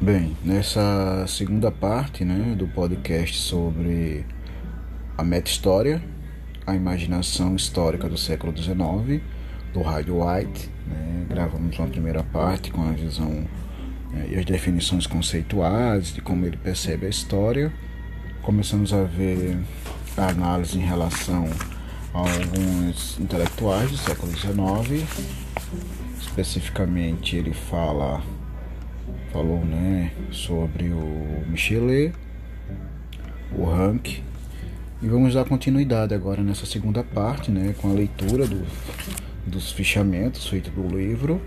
Bem, nessa segunda parte, do podcast sobre a meta-história, a imaginação histórica do século XIX, do Hyde White, gravamos uma primeira parte com a visão e as definições conceituais de como ele percebe a história. Começamos a ver a análise em relação a alguns intelectuais do século XIX. Especificamente ele falou sobre o Michelet, o Rank, e vamos dar continuidade agora nessa segunda parte, com a leitura dos fichamentos feitos do livro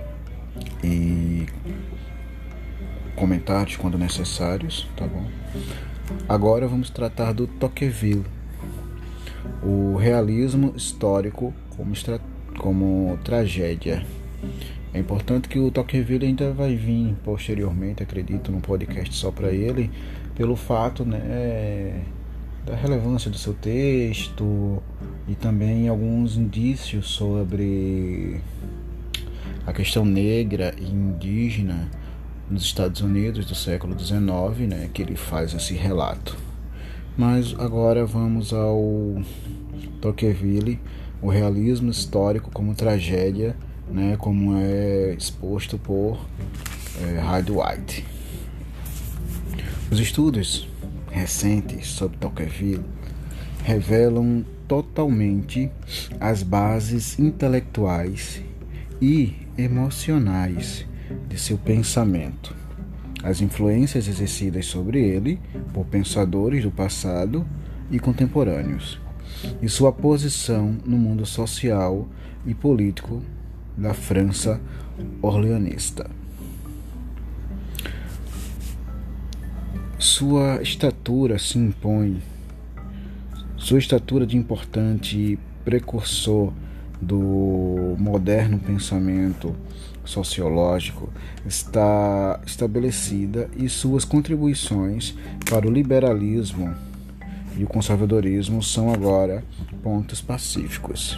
e comentários quando necessários, tá bom? Agora vamos tratar do Tocqueville, o realismo histórico como tragédia. É importante que o Tocqueville ainda vai vir posteriormente, acredito, num podcast só para ele, pelo fato da relevância do seu texto e também alguns indícios sobre a questão negra e indígena nos Estados Unidos do século XIX, que ele faz esse relato. Mas agora vamos ao Tocqueville, o realismo histórico como tragédia, como é exposto por Hyde White. Os estudos recentes sobre Tocqueville revelam totalmente as bases intelectuais e emocionais de seu pensamento, as influências exercidas sobre ele por pensadores do passado e contemporâneos, e sua posição no mundo social e político da França orleanista. Sua estatura de importante precursor do moderno pensamento sociológico está estabelecida, e suas contribuições para o liberalismo e o conservadorismo são agora pontos pacíficos.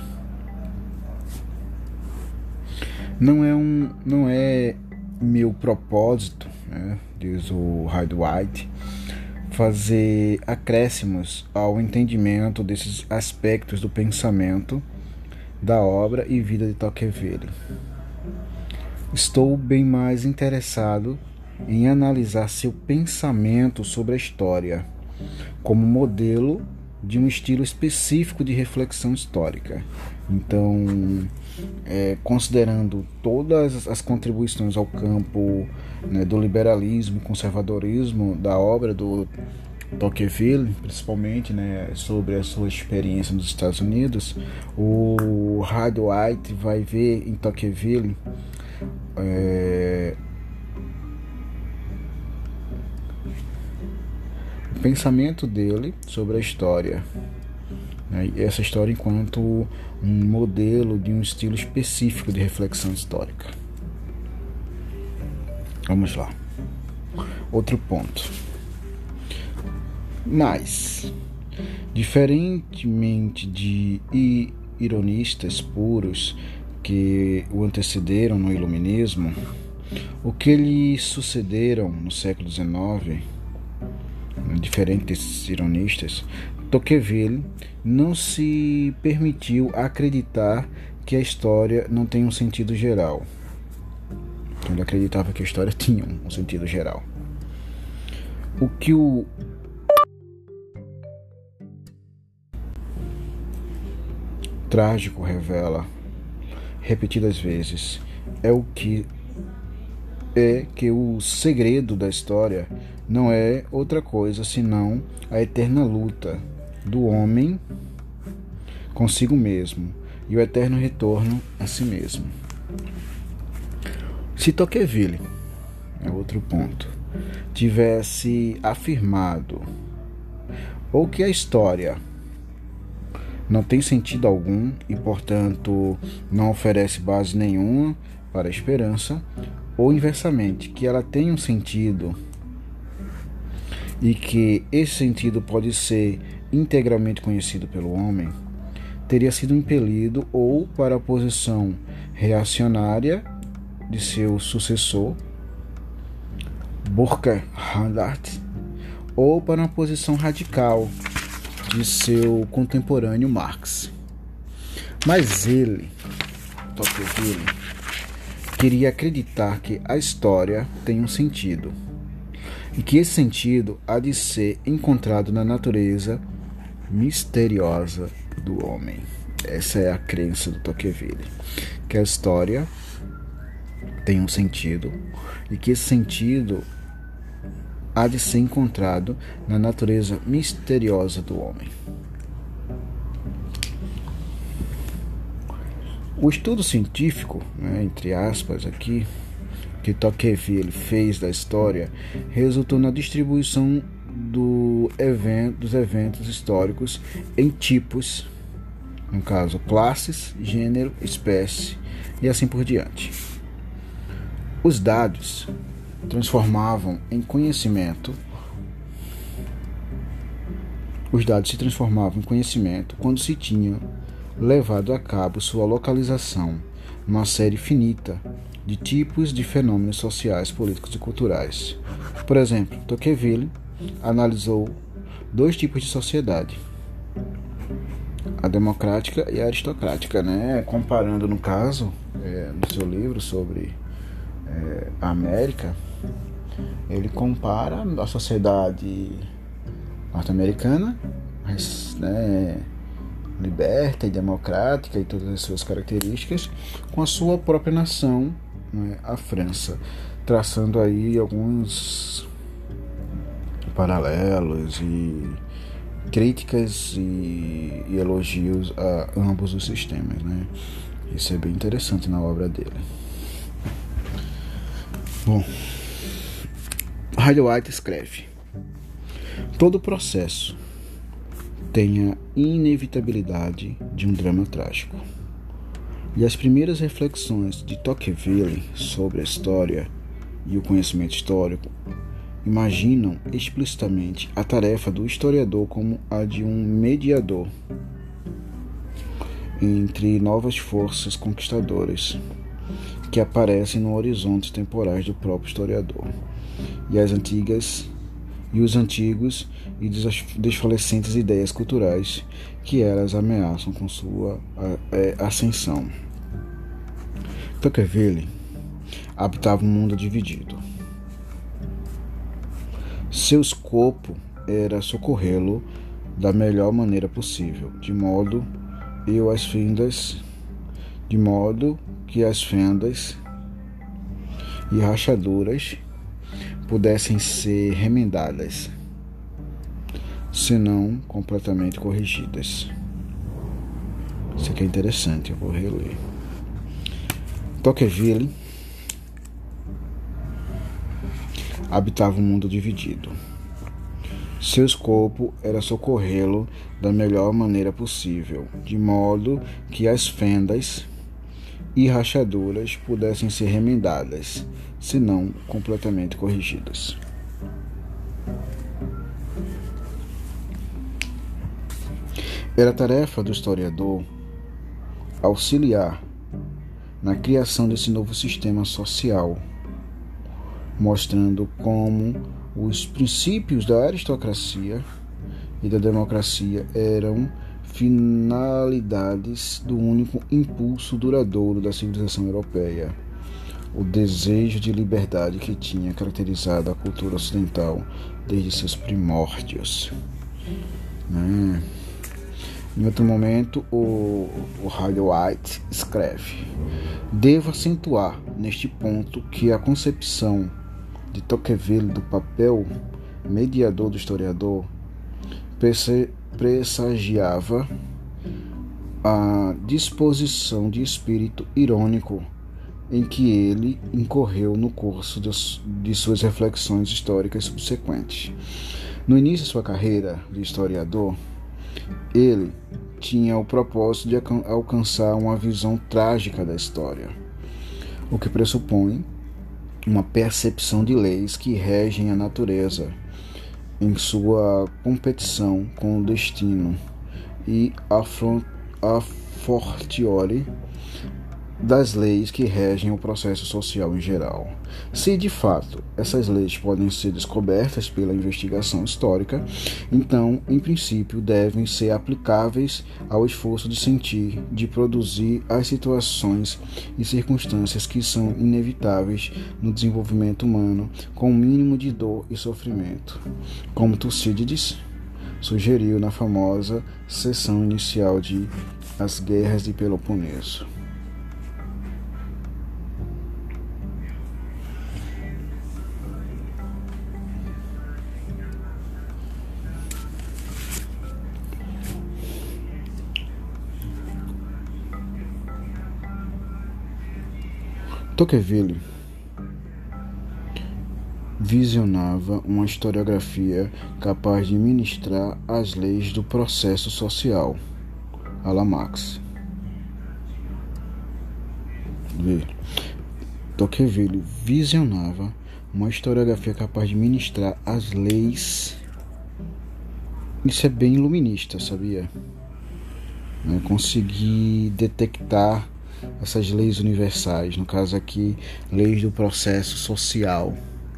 Não é meu propósito, diz o Hyde White, fazer acréscimos ao entendimento desses aspectos do pensamento, da obra e vida de Tocqueville. Estou bem mais interessado em analisar seu pensamento sobre a história como modelo de um estilo específico de reflexão histórica. Então, considerando todas as contribuições ao campo do liberalismo e conservadorismo da obra do Tocqueville, principalmente sobre a sua experiência nos Estados Unidos, o Hyde White vai ver em Tocqueville o pensamento dele sobre a história, e essa história enquanto um modelo de um estilo específico de reflexão histórica. Vamos lá. Outro ponto. Mas, diferentemente de ironistas puros que o antecederam no Iluminismo, o que lhe sucederam no século XIX, diferente desses ironistas, Tocqueville não se permitiu acreditar que a história não tem um sentido geral. Ele acreditava que a história tinha um sentido geral. O que o trágico revela repetidas vezes é que o segredo da história não é outra coisa senão a eterna luta do homem consigo mesmo e o eterno retorno a si mesmo. Se Tocqueville, outro ponto, tivesse afirmado ou que a história não tem sentido algum e, portanto, não oferece base nenhuma para a esperança, ou inversamente, que ela tem um sentido e que esse sentido pode ser integralmente conhecido pelo homem, teria sido impelido ou para a posição reacionária de seu sucessor, Burkhardt, ou para uma posição radical de seu contemporâneo Marx. Mas ele, Tocqueville, queria acreditar que a história tem um sentido, e que esse sentido há de ser encontrado na natureza misteriosa do homem. Essa é a crença do Tocqueville, que a história tem um sentido e que esse sentido há de ser encontrado na natureza misteriosa do homem. O estudo científico, entre aspas aqui, que Tocqueville fez da história, resultou na distribuição dos eventos históricos em tipos, no caso classes, gênero, espécie e assim por diante. Os dados transformavam em conhecimento. Os dados se transformavam em conhecimento quando se tinha levado a cabo sua localização numa série finita de tipos de fenômenos sociais, políticos e culturais. Por exemplo, Tocqueville analisou 2 tipos de sociedade, a democrática e a aristocrática, comparando, no caso, no seu livro sobre a América, ele compara a sociedade norte-americana, liberta e democrática e todas as suas características, com a sua própria nação, a França, traçando aí alguns paralelos e críticas e elogios a ambos os sistemas, Isso é bem interessante na obra dele. Bom, White escreve: todo processo tem a inevitabilidade de um drama trágico. E as primeiras reflexões de Tocqueville sobre a história e o conhecimento histórico imaginam explicitamente a tarefa do historiador como a de um mediador entre novas forças conquistadoras que aparecem no horizonte temporais do próprio historiador e os antigos e desfalecentes ideias culturais que elas ameaçam com sua ascensão. Tocqueville habitava um mundo dividido. Seu escopo era socorrê-lo da melhor maneira possível, de modo que as fendas e rachaduras pudessem ser remendadas, se não completamente corrigidas. Isso aqui é interessante, eu vou reler. Tocqueville habitava um mundo dividido. Seu escopo era socorrê-lo da melhor maneira possível, de modo que as fendas e rachaduras pudessem ser remendadas, se não completamente corrigidas. Era tarefa do historiador auxiliar na criação desse novo sistema social, mostrando como os princípios da aristocracia e da democracia eram finalidades do único impulso duradouro da civilização europeia, o desejo de liberdade que tinha caracterizado a cultura ocidental desde seus primórdios. Em outro momento, o White escreve: devo acentuar neste ponto que a concepção de Tocqueville do papel mediador do historiador pressagiava a disposição de espírito irônico em que ele incorreu no curso de suas reflexões históricas subsequentes. No início de sua carreira de historiador, ele tinha o propósito de alcançar uma visão trágica da história, o que pressupõe uma percepção de leis que regem a natureza em sua competição com o destino e a fortiori das leis que regem o processo social em geral. Se de fato essas leis podem ser descobertas pela investigação histórica, então, em princípio, devem ser aplicáveis ao esforço de sentir, de produzir as situações e circunstâncias que são inevitáveis no desenvolvimento humano, com o mínimo de dor e sofrimento, como Tucídides sugeriu na famosa seção inicial de As Guerras de Peloponeso. Tocqueville visionava uma historiografia capaz de ministrar as leis do processo social, à la Marx. Tocqueville visionava uma historiografia capaz de ministrar as leis. Isso é bem iluminista, sabia? Conseguir detectar essas leis universais, no caso aqui, leis do processo social,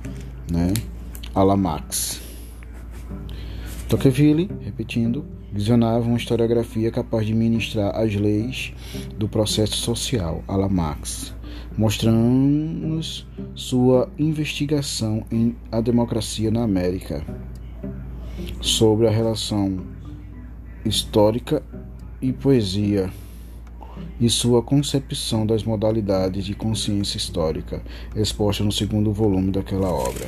à la Marx. Tocqueville, repetindo, visionava uma historiografia capaz de ministrar as leis do processo social, à la Marx, mostrando-nos sua investigação em A Democracia na América, sobre a relação histórica e poesia, e sua concepção das modalidades de consciência histórica, exposta no segundo volume daquela obra.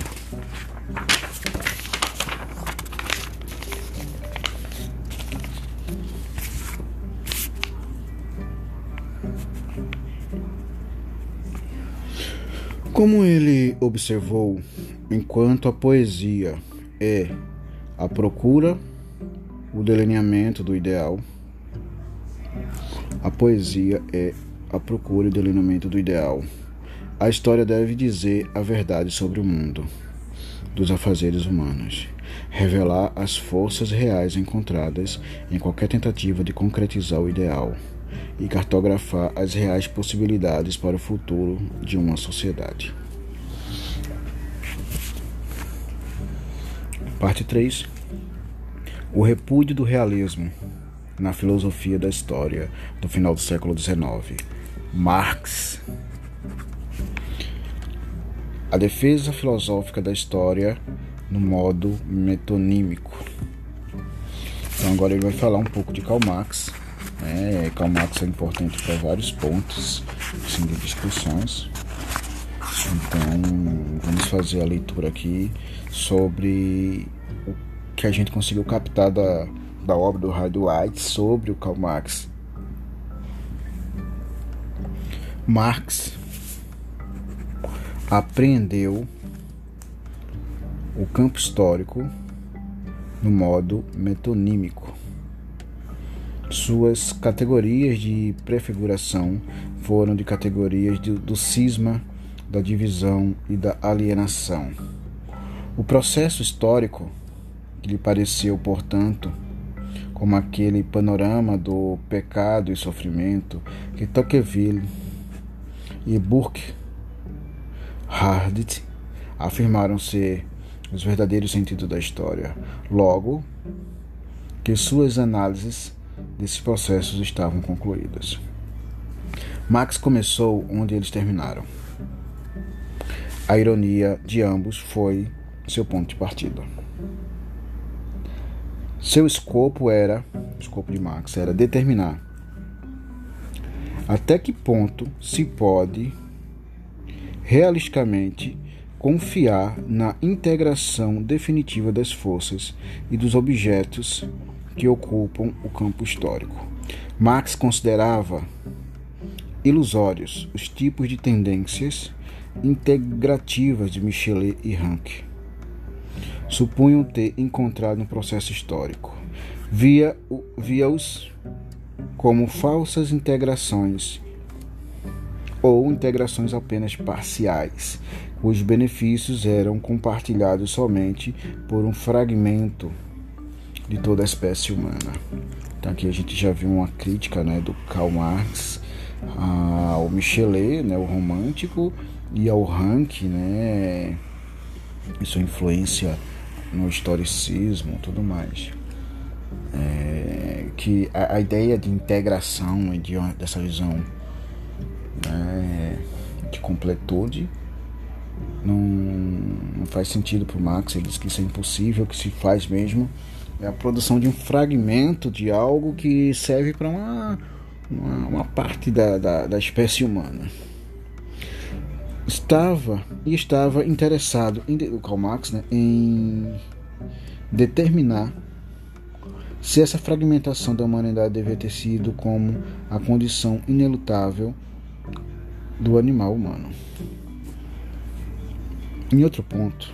Como ele observou, enquanto a poesia é a procura, o delineamento do ideal, a poesia é a procura e delineamento do ideal. A história deve dizer a verdade sobre o mundo dos afazeres humanos, revelar as forças reais encontradas em qualquer tentativa de concretizar o ideal e cartografar as reais possibilidades para o futuro de uma sociedade. Parte 3. O repúdio do realismo na filosofia da história do final do século XIX. Marx. A defesa filosófica da história no modo metonímico. Então agora ele vai falar um pouco de Karl Marx. Karl Marx é importante para vários pontos assim, de discussões. Então vamos fazer a leitura aqui sobre o que a gente conseguiu captar da obra do Hayek White sobre o Karl Marx. Marx apreendeu o campo histórico no modo metonímico. Suas categorias de prefiguração foram de categorias do cisma, da divisão e da alienação. O processo histórico, que lhe pareceu, portanto, como aquele panorama do pecado e sofrimento que Tocqueville e Burkhardt afirmaram ser os verdadeiros sentidos da história, logo que suas análises desses processos estavam concluídas. Marx começou onde eles terminaram. A ironia de ambos foi seu ponto de partida. O escopo de Marx era determinar até que ponto se pode realisticamente confiar na integração definitiva das forças e dos objetos que ocupam o campo histórico. Marx considerava ilusórios os tipos de tendências integrativas de Michelet e Ranke. Supunham ter encontrado no processo histórico. Via-os como falsas integrações ou integrações apenas parciais, cujos benefícios eram compartilhados somente por um fragmento de toda a espécie humana. Então aqui a gente já viu uma crítica do Karl Marx ao Michelet, né, o romântico, e ao Rank, né, e sua influência no historicismo, tudo mais. Que a ideia de integração e dessa visão, né, de completude não faz sentido para o Marx. Ele diz que isso é impossível. O que se faz mesmo é a produção de um fragmento de algo que serve para uma parte da espécie humana. Estava interessado o Karl Marx, né, em determinar se essa fragmentação da humanidade devia ter sido como a condição inelutável do animal humano. Em outro ponto,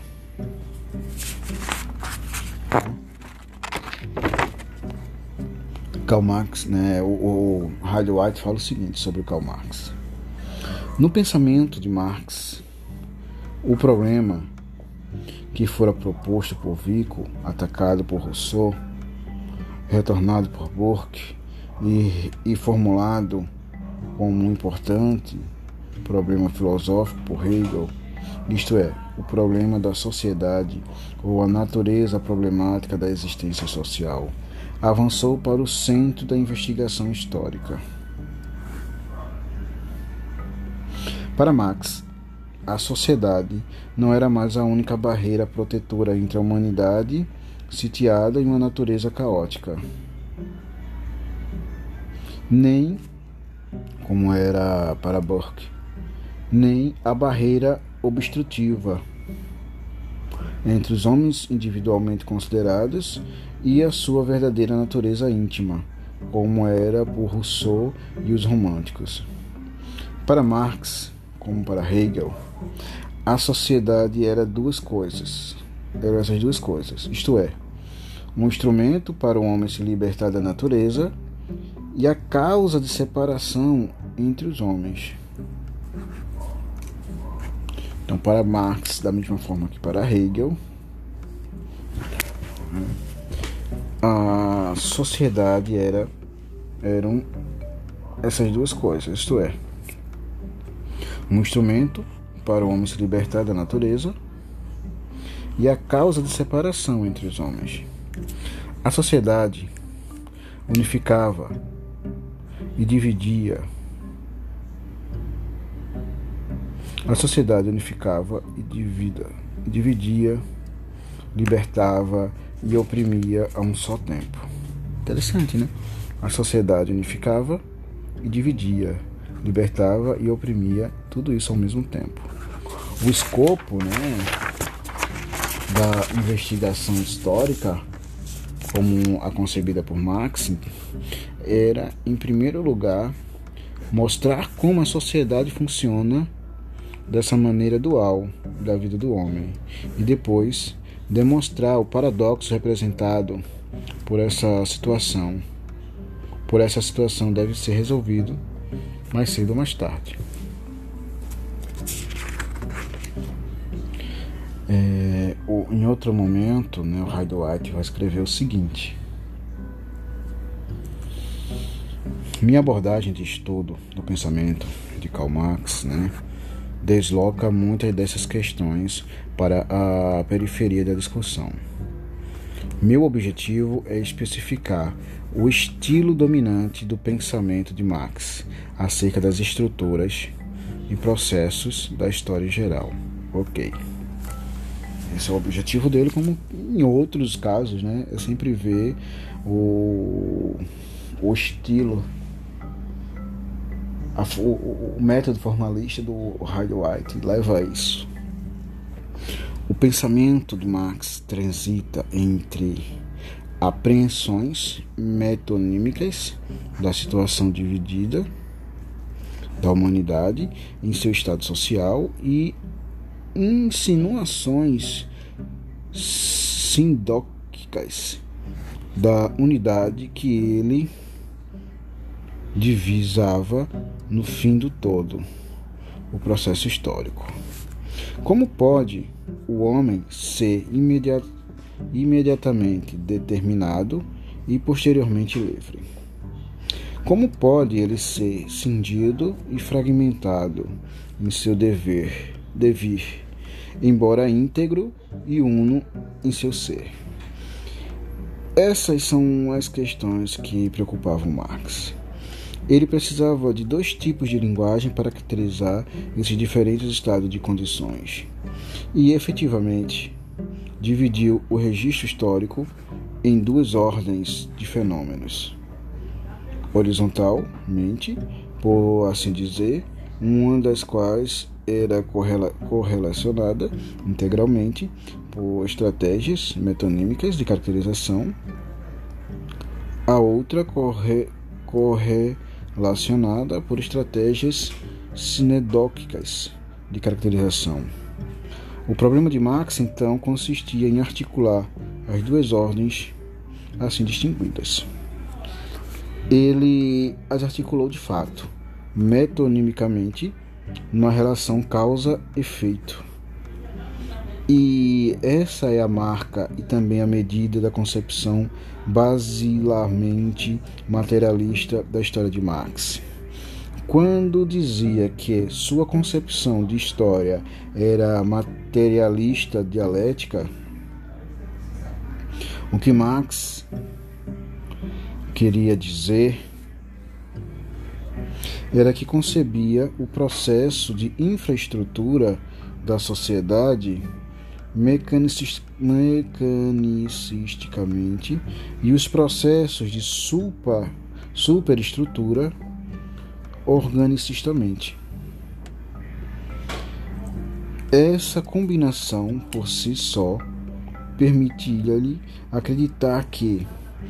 Karl Marx, né, o Hyde White fala o seguinte sobre o Karl Marx. No pensamento de Marx, o problema que fora proposto por Vico, atacado por Rousseau, retornado por Burke e formulado como um importante problema filosófico por Hegel, isto é, o problema da sociedade ou a natureza problemática da existência social, avançou para o centro da investigação histórica. Para Marx, a sociedade não era mais a única barreira protetora entre a humanidade sitiada em uma natureza caótica, nem, como era para Burke, nem a barreira obstrutiva entre os homens individualmente considerados e a sua verdadeira natureza íntima, como era por Rousseau e os românticos. Para Marx, como para Hegel, a sociedade era essas duas coisas, isto é, um instrumento para o homem se libertar da natureza e a causa de separação entre os homens. Então, para Marx, da mesma forma que para Hegel, a sociedade eram essas duas coisas, isto é, um instrumento para o homem se libertar da natureza e a causa de separação entre os homens. A sociedade unificava e dividia. Dividia, libertava e oprimia a um só tempo. Interessante, né? A sociedade unificava e dividia, libertava e oprimia, tudo isso ao mesmo tempo. O escopo, né, da investigação histórica, como a concebida por Marx, era, em primeiro lugar, mostrar como a sociedade funciona dessa maneira dual da vida do homem, e depois demonstrar o paradoxo representado por essa situação. Por essa situação deve ser resolvido mais cedo ou mais tarde. Em outro momento, né, o Hyde White vai escrever o seguinte: minha abordagem de estudo do pensamento de Karl Marx, né, desloca muitas dessas questões para a periferia da discussão. Meu objetivo é especificar o estilo dominante do pensamento de Marx acerca das estruturas e processos da história em geral. Ok. Esse é o objetivo dele, como em outros casos, né? Eu sempre ver o estilo, o método formalista do Hyde White leva a isso. O pensamento de Marx transita entre apreensões metonímicas da situação dividida da humanidade em seu estado social e insinuações sindóquicas da unidade que ele divisava no fim do todo, o processo histórico. Como pode o homem ser imediatamente determinado e posteriormente livre? Como pode ele ser cindido e fragmentado em seu devir, embora íntegro e uno em seu ser? Essas são as questões que preocupavam Marx. Ele precisava de dois tipos de linguagem para caracterizar esses diferentes estados de condições. E, efetivamente, dividiu o registro histórico em duas ordens de fenômenos. Horizontalmente, por assim dizer, uma das quais era correlacionada integralmente por estratégias metonímicas de caracterização, a outra correlacionada por estratégias sinedóquicas de caracterização. O problema de Marx, então, consistia em articular as duas ordens assim distinguidas. Ele as articulou de fato, metonimicamente, numa relação causa-efeito. E essa é a marca e também a medida da concepção basilarmente materialista da história de Marx. Quando dizia que sua concepção de história era materialista dialética, o que Marx queria dizer era que concebia o processo de infraestrutura da sociedade mecanicisticamente e os processos de superestrutura organicistamente. Essa combinação por si só permitia-lhe acreditar que,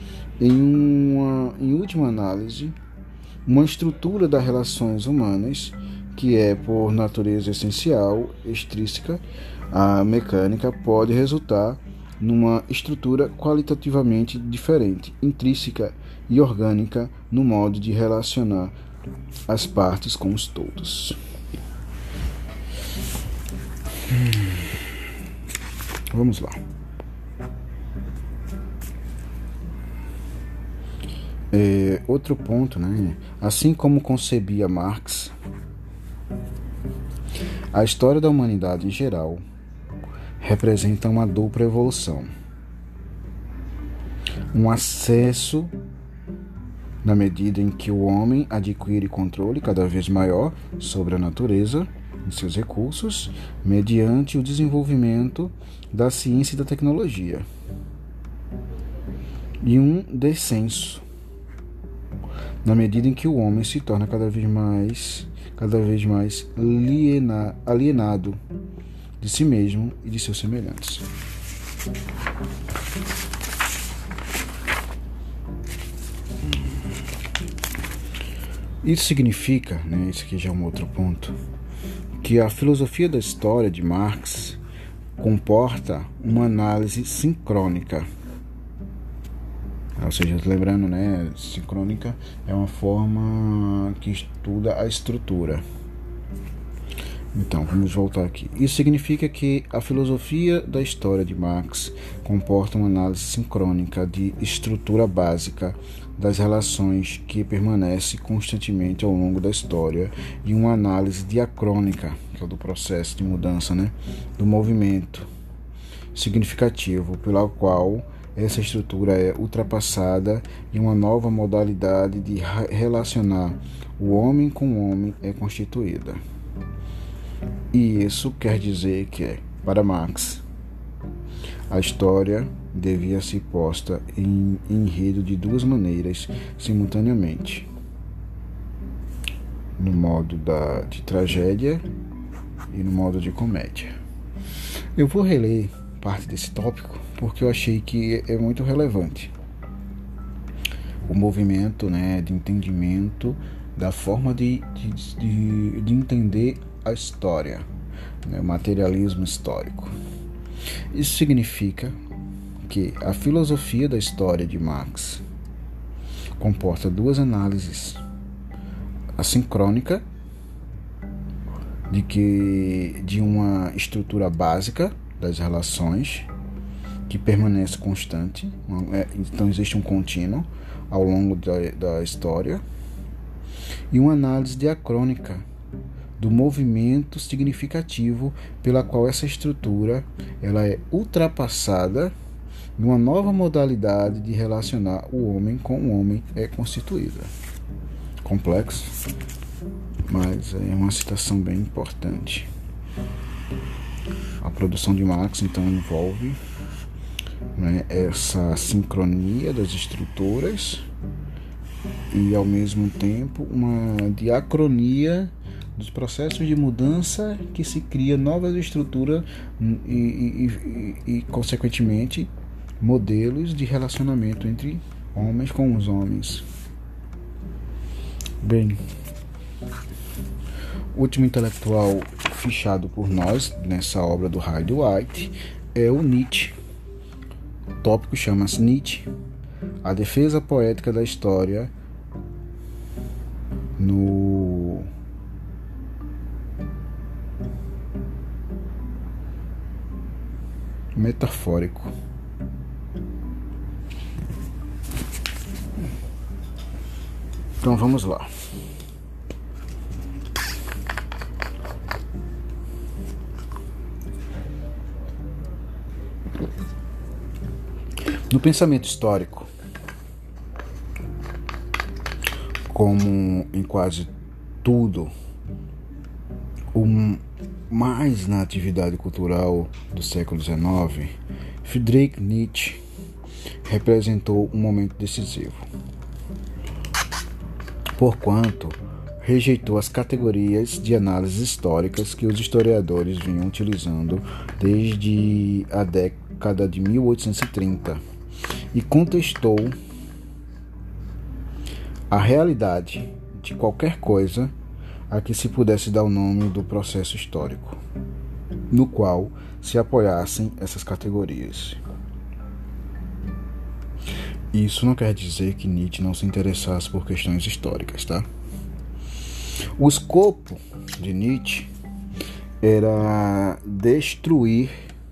em última análise, uma estrutura das relações humanas, que é por natureza essencial, extrínseca, a mecânica, pode resultar numa estrutura qualitativamente diferente, intrínseca e orgânica no modo de relacionar as partes com os todos. Vamos lá. Outro ponto, né? Assim como concebia Marx, a história da humanidade em geral representa uma dupla evolução. Um acesso na medida em que o homem adquire controle cada vez maior sobre a natureza e seus recursos, mediante o desenvolvimento da ciência e da tecnologia. E um descenso, na medida em que o homem se torna cada vez mais alienado de si mesmo e de seus semelhantes. Isso significa, esse aqui já é um outro ponto, que a filosofia da história de Marx comporta uma análise sincrônica. Ou seja, lembrando, sincrônica é uma forma que estuda a estrutura. Então, vamos voltar aqui. Isso significa que a filosofia da história de Marx comporta uma análise sincrônica de estrutura básica das relações que permanece constantemente ao longo da história e uma análise diacrônica, que é o do processo de mudança, do movimento significativo pela qual essa estrutura é ultrapassada e uma nova modalidade de relacionar o homem com o homem é constituída. E isso quer dizer que, para Marx, a história devia ser posta em enredo de duas maneiras simultaneamente, no modo de tragédia e no modo de comédia. Eu vou reler parte desse tópico porque eu achei que é muito relevante. O movimento, de entendimento da forma de entender a história, o materialismo histórico. Isso significa que a filosofia da história de Marx comporta duas análises: a sincrônica, de uma estrutura básica das relações que permanece constante, então existe um contínuo ao longo da história, e uma análise diacrônica do movimento significativo pela qual essa estrutura ela é ultrapassada e uma nova modalidade de relacionar o homem com o homem é constituída. Complexo, mas é uma citação bem importante. A produção de Marx então envolve, essa sincronia das estruturas e ao mesmo tempo uma diacronia dos processos de mudança que se cria novas estruturas e consequentemente modelos de relacionamento entre homens com os homens. Bem, o último intelectual fichado por nós nessa obra do Hayek White é o Nietzsche. O tópico chama-se Nietzsche, a defesa poética da história no metafórico. Então vamos lá. No pensamento histórico, como em quase tudo, mais na atividade cultural do século XIX, Friedrich Nietzsche representou um momento decisivo, porquanto rejeitou as categorias de análises históricas que os historiadores vinham utilizando desde a década de 1830 e contestou a realidade de qualquer coisa a que se pudesse dar o nome do processo histórico, no qual se apoiassem essas categorias. Isso não quer dizer que Nietzsche não se interessasse por questões históricas, tá? O escopo de Nietzsche era destruir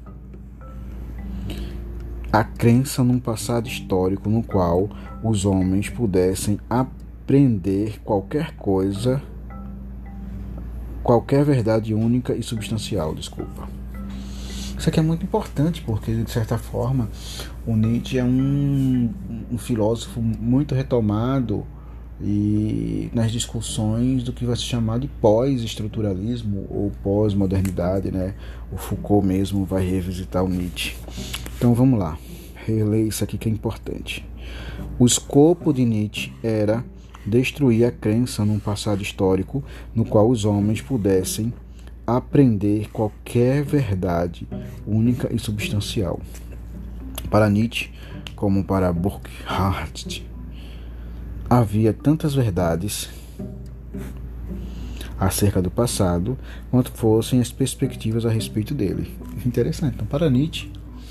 a crença num passado histórico no qual os homens pudessem aprender qualquer coisa, qualquer verdade única e substancial, Isso aqui é muito importante porque, de certa forma, o Nietzsche é um filósofo muito retomado e nas discussões do que vai se chamar de pós-estruturalismo ou pós-modernidade, O Foucault mesmo vai revisitar o Nietzsche. Então vamos lá, reler isso aqui que é importante. O escopo de Nietzsche era destruir a crença num passado histórico no qual os homens pudessem aprender qualquer verdade única e substancial. Para Nietzsche, como para Burckhardt, havia tantas verdades acerca do passado quanto fossem as perspectivas a respeito dele. Interessante. Então, para Nietzsche,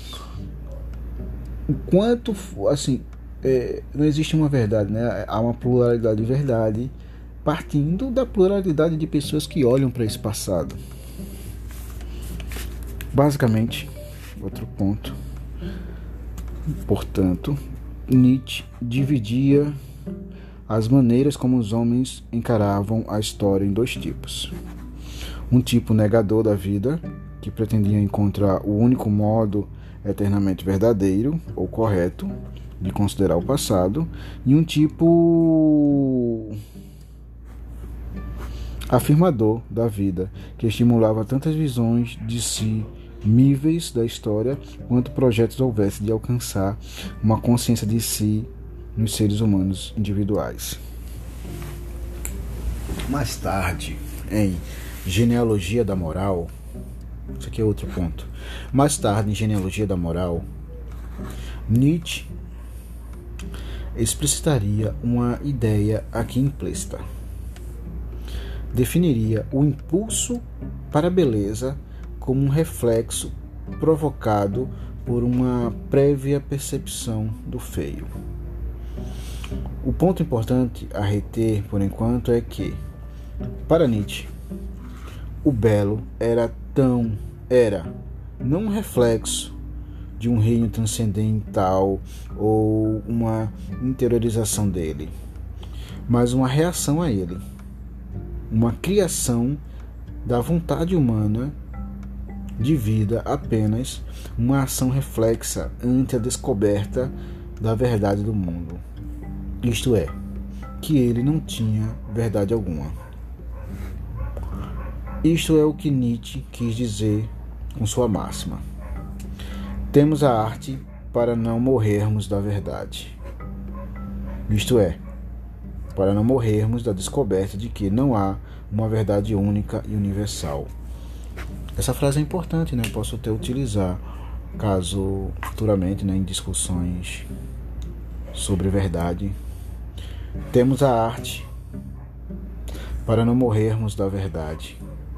enquanto assim, não existe uma verdade, há uma pluralidade de verdade, partindo da pluralidade de pessoas que olham para esse passado. Basicamente, outro ponto, portanto, Nietzsche dividia as maneiras como os homens encaravam a história em dois tipos. Um tipo negador da vida, que pretendia encontrar o único modo eternamente verdadeiro ou correto de considerar o passado, e um tipo afirmador da vida, que estimulava tantas visões de si míveis da história quanto projetos houvesse de alcançar uma consciência de si nos seres humanos individuais. Mais tarde, em Genealogia da Moral, isso aqui é outro ponto. Mais tarde, em Genealogia da Moral, Nietzsche explicitaria uma ideia aqui implícita. Definiria o impulso para a beleza como um reflexo provocado por uma prévia percepção do feio. O ponto importante a reter, por enquanto, é que, para Nietzsche, o belo era não um reflexo de um reino transcendental ou uma interiorização dele, mas uma reação a ele, uma criação da vontade humana de vida, apenas uma ação reflexa ante a descoberta da verdade do mundo. Isto é, que ele não tinha verdade alguma. Isto é o que Nietzsche quis dizer com sua máxima: temos a arte para não morrermos da verdade. Isto é, para não morrermos da descoberta de que não há uma verdade única e universal. Essa frase é importante, né? Posso até utilizar caso futuramente, né, em discussões sobre verdade. Temos a arte para não morrermos da verdade.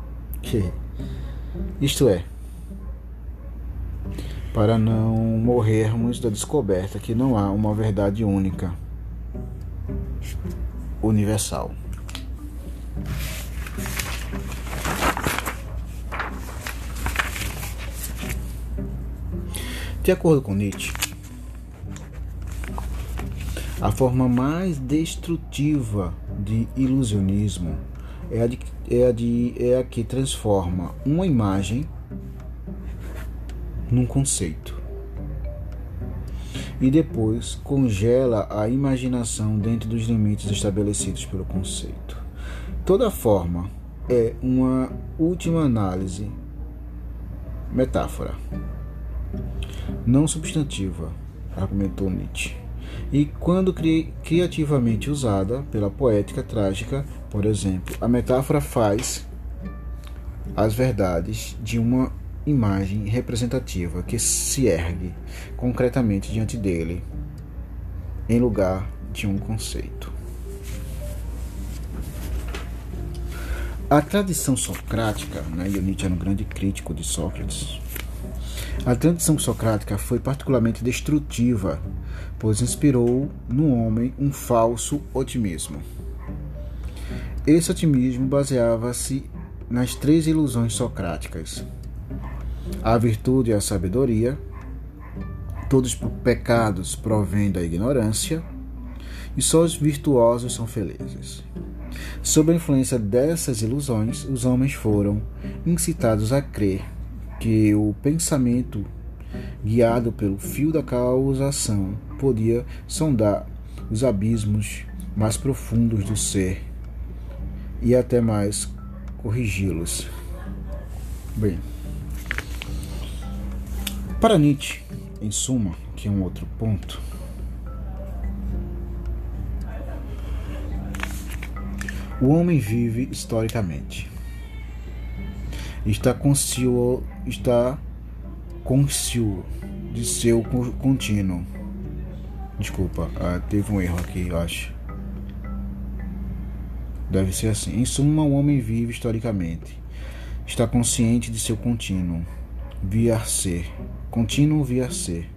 Isto é, para não morrermos da descoberta que não há uma verdade única, universal. De acordo com Nietzsche, a forma mais destrutiva de ilusionismo é a que transforma uma imagem num conceito e depois congela a imaginação dentro dos limites estabelecidos pelo conceito. Toda forma é uma última análise, metáfora, não substantiva, argumentou Nietzsche. E quando criativamente usada pela poética trágica, por exemplo, a metáfora faz as verdades de uma imagem representativa que se ergue concretamente diante dele, em lugar de um conceito. A tradição socrática, e o Nietzsche era um grande crítico de Sócrates, a tradição socrática foi particularmente destrutiva, pois inspirou no homem um falso otimismo. Esse otimismo baseava-se nas 3 ilusões socráticas: a virtude e a sabedoria, todos os pecados provêm da ignorância, e só os virtuosos são felizes. Sob a influência dessas ilusões, os homens foram incitados a crer que o pensamento, guiado pelo fio da causação, podia sondar os abismos mais profundos do ser e até mais corrigi-los. Bem, para Nietzsche, em suma, que é um outro ponto, o homem vive historicamente. Está consciente de seu contínuo. Desculpa, teve um erro aqui, eu acho. Deve ser assim. Em suma, o homem vive historicamente. Está consciente de seu contínuo vir-ser. Contínuo vir-ser.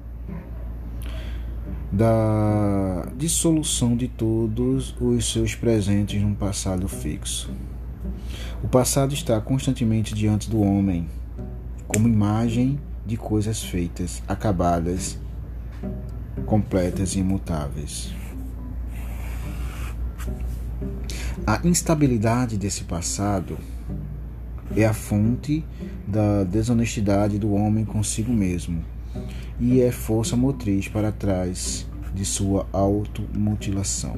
Da dissolução de todos os seus presentes num passado fixo. O passado está constantemente diante do homem, como imagem de coisas feitas, acabadas, completas e imutáveis. A instabilidade desse passado é a fonte da desonestidade do homem consigo mesmo e é força motriz para trás de sua automutilação.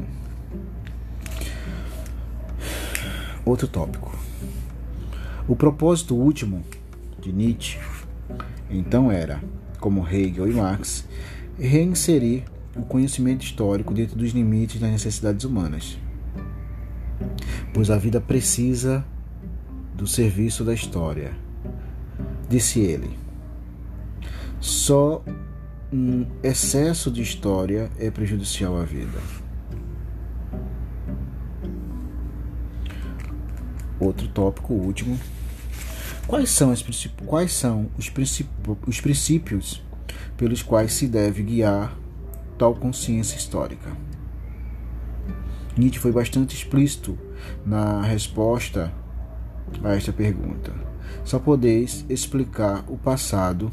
Outro tópico. O propósito último de Nietzsche, então, era, como Hegel e Marx, reinserir o conhecimento histórico dentro dos limites das necessidades humanas, pois a vida precisa do serviço da história. Disse ele: só um excesso de história é prejudicial à vida. Outro tópico, último. Quais são os princípios pelos quais se deve guiar tal consciência histórica? Nietzsche foi bastante explícito na resposta a esta pergunta. Só podeis explicar o passado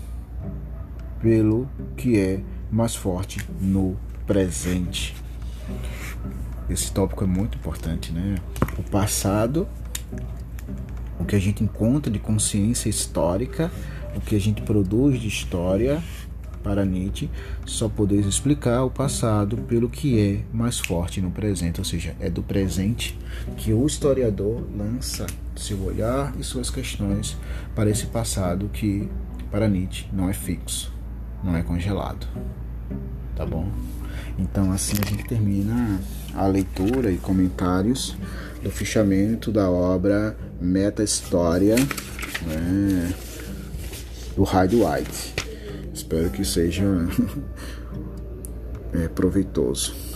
pelo que é mais forte no presente. esse tópico é muito importante, né? O passado, o que a gente encontra de consciência histórica, o que a gente produz de história, para Nietzsche, só podeis explicar o passado pelo que é mais forte no presente, ou seja, é do presente que o historiador lança seu olhar e suas questões para esse passado que, para Nietzsche, não é fixo, não é congelado. Tá bom? Então, assim a gente termina a leitura e comentários do fichamento da obra Meta-História, né, do Hyde White. Espero que seja proveitoso.